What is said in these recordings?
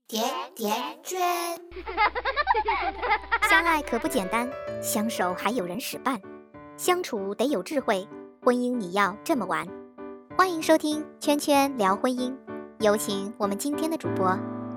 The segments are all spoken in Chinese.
甜甜圈。 相爱可不简单，相守还有人使绊，相处得有智慧，婚姻你要这么玩。欢迎收听圈圈聊婚姻，有请我们今天的主播。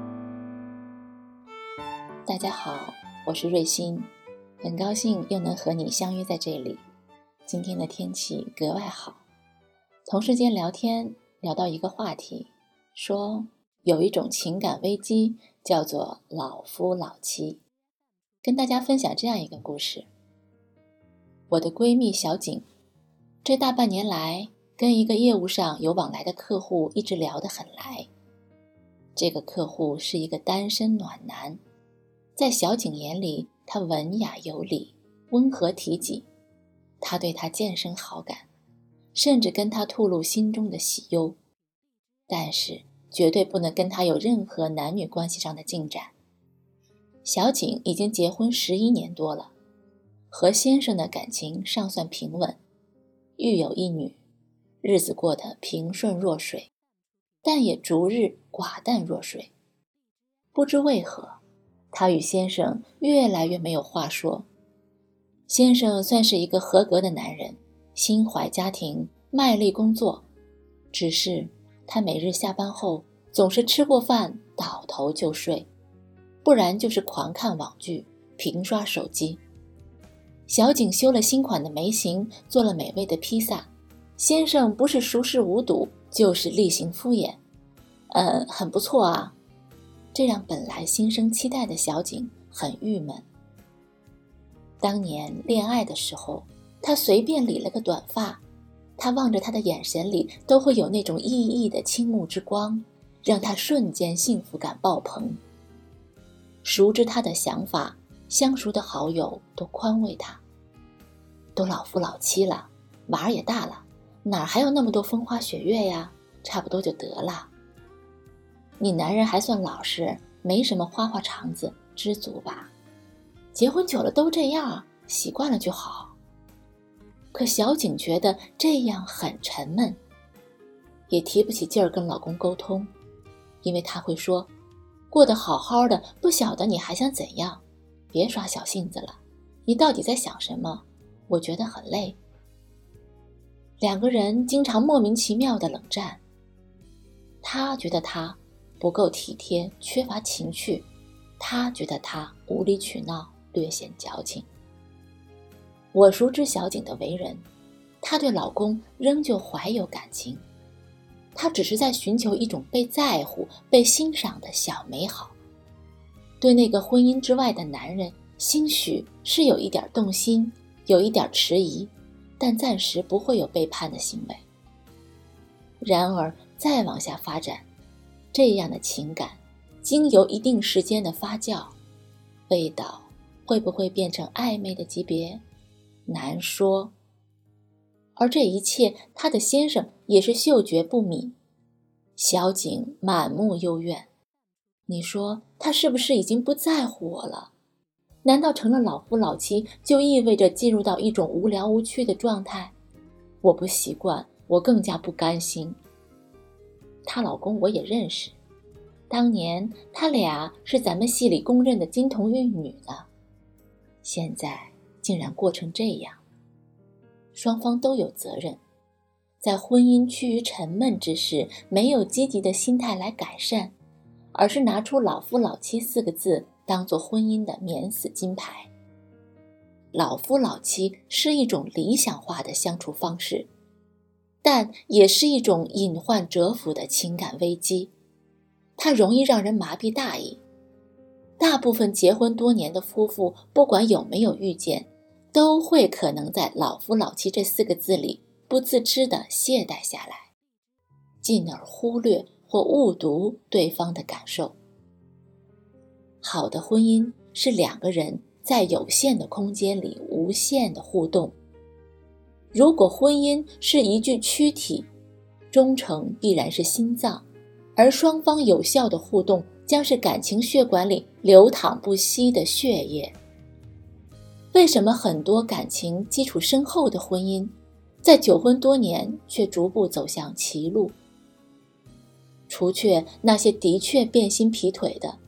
大家好，我是瑞欣，很高兴又能和你相约在这里。今天的天气格外好，同事间聊天聊到一个话题，说有一种情感危机叫做老夫老妻。跟大家分享这样一个故事。我的闺蜜小景，这大半年来跟一个业务上有往来的客户一直聊得很来。这个客户是一个单身暖男，在小景眼里，他文雅有礼，温和体己，他对他渐生好感，甚至跟他吐露心中的喜忧，但是绝对不能跟他有任何男女关系上的进展。小景已经结婚11年多了，和先生的感情尚算平稳，育有一女，日子过得平顺若水，但也逐日寡淡若水。不知为何，她与先生越来越没有话说。先生算是一个合格的男人，心怀家庭，卖力工作，只是他每日下班后总是吃过饭倒头就睡，不然就是狂看网剧，频刷手机。小景修了新款的眉形，做了美味的披萨，先生不是熟视无睹，就是例行敷衍。很不错啊。这让本来心生期待的小景很郁闷。当年恋爱的时候，他随便理了个短发，他望着他的眼神里都会有那种熠熠的倾慕之光，让他瞬间幸福感爆棚。熟知他的想法，相熟的好友都宽慰他，都老夫老妻了，娃儿也大了，哪还有那么多风花雪月呀，差不多就得了。你男人还算老实，没什么花花肠子，知足吧，结婚久了都这样，习惯了就好。可小景觉得这样很沉闷，也提不起劲儿跟老公沟通，因为他会说，过得好好的，不晓得你还想怎样，别耍小性子了，你到底在想什么？我觉得很累。两个人经常莫名其妙的冷战，他觉得他不够体贴，缺乏情趣，他觉得他无理取闹，略显矫情。我熟知小景的为人，她对老公仍旧怀有感情，她只是在寻求一种被在乎、被欣赏的小美好。对那个婚姻之外的男人，兴许是有一点动心，有一点迟疑，但暂时不会有背叛的行为。然而再往下发展，这样的情感经由一定时间的发酵，味道会不会变成暧昧的级别，难说。而这一切，他的先生也是嗅觉不敏。小景满目幽怨，你说他是不是已经不在乎我了？难道成了老夫老妻就意味着进入到一种无聊无趣的状态？我不习惯，我更加不甘心。她老公我也认识，当年他俩是咱们系里公认的金童玉女呢，现在竟然过成这样。双方都有责任，在婚姻趋于沉闷之时，没有积极的心态来改善，而是拿出老夫老妻4个字当作婚姻的免死金牌。老夫老妻是一种理想化的相处方式，但也是一种隐患蛰伏的情感危机，它容易让人麻痹大意。大部分结婚多年的夫妇，不管有没有遇见，都会可能在老夫老妻这4个字里不自知地懈怠下来，进而忽略或误读对方的感受。好的婚姻是2个人在有限的空间里无限的互动。如果婚姻是一具躯体，忠诚必然是心脏，而双方有效的互动将是感情血管里流淌不息的血液。为什么很多感情基础深厚的婚姻，在久婚多年却逐步走向歧路？除却那些的确变心劈腿的，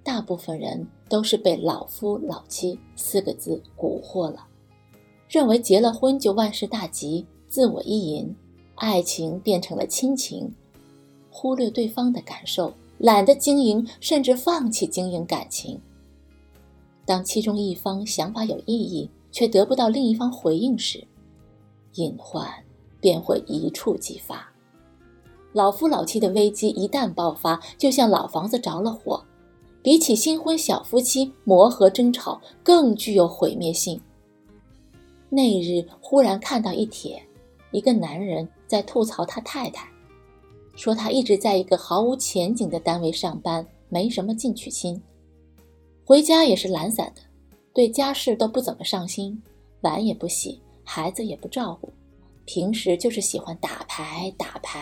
大部分人都是被老夫老妻4个字蛊惑了，认为结了婚就万事大吉，自我意淫，爱情变成了亲情，忽略对方的感受，懒得经营，甚至放弃经营感情。当其中一方想法有意义，却得不到另一方回应时，隐患便会一触即发。老夫老妻的危机一旦爆发，就像老房子着了火，比起新婚小夫妻磨合争吵更具有毁灭性。那日忽然看到一帖，一个男人在吐槽他太太，说他一直在一个毫无前景的单位上班，没什么进取心，回家也是懒散的，对家事都不怎么上心，碗也不洗，孩子也不照顾，平时就是喜欢打牌。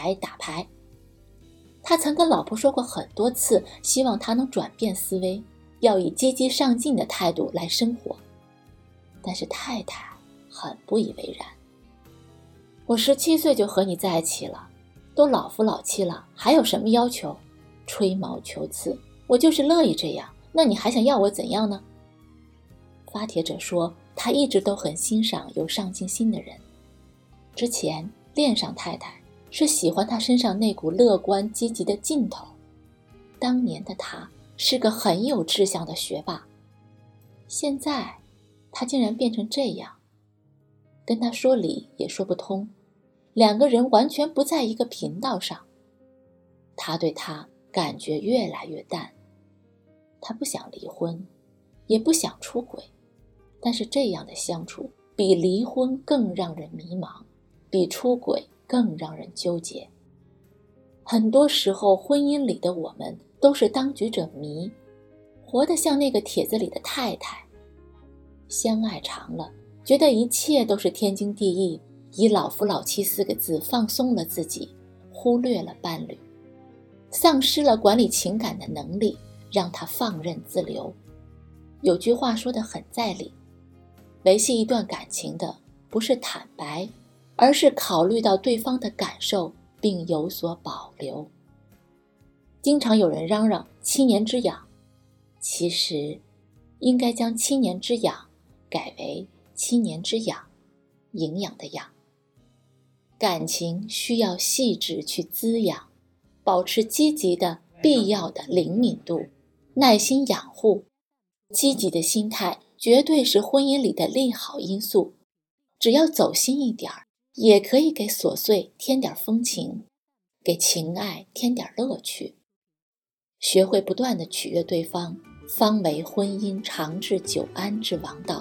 他曾跟老婆说过很多次，希望他能转变思维，要以积极上进的态度来生活，但是太太很不以为然。我17岁就和你在一起了，都老夫老妻了，还有什么要求？吹毛求疵，我就是乐意这样，那你还想要我怎样呢？发帖者说，他一直都很欣赏有上进心的人，之前恋上太太是喜欢他身上那股乐观积极的劲头。当年的他是个很有志向的学霸，现在他竟然变成这样，跟他说理也说不通，两个人完全不在一个频道上。他对他感觉越来越淡，他不想离婚，也不想出轨，但是这样的相处比离婚更让人迷茫，比出轨更让人纠结。很多时候，婚姻里的我们都是当局者迷，活得像那个帖子里的太太，相爱长了，觉得一切都是天经地义，以老夫老妻4个字放松了自己，忽略了伴侣，丧失了管理情感的能力，让他放任自流。有句话说得很在理，维系一段感情的不是坦白，而是考虑到对方的感受并有所保留。经常有人嚷嚷7年之痒，其实应该将7年之痒改为7年之养，营养的养。感情需要细致去滋养，保持积极的必要的灵敏度，耐心养护。积极的心态绝对是婚姻里的利好因素，只要走心一点，也可以给琐碎添点风情，给情爱添点乐趣。学会不断地取悦对方，方为婚姻长治久安之王道。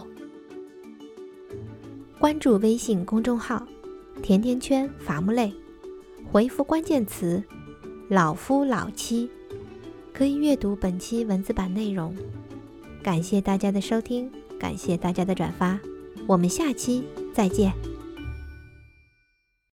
关注微信公众号甜甜圈伐木累，回复关键词老夫老妻，可以阅读本期文字版内容。感谢大家的收听，感谢大家的转发，我们下期再见。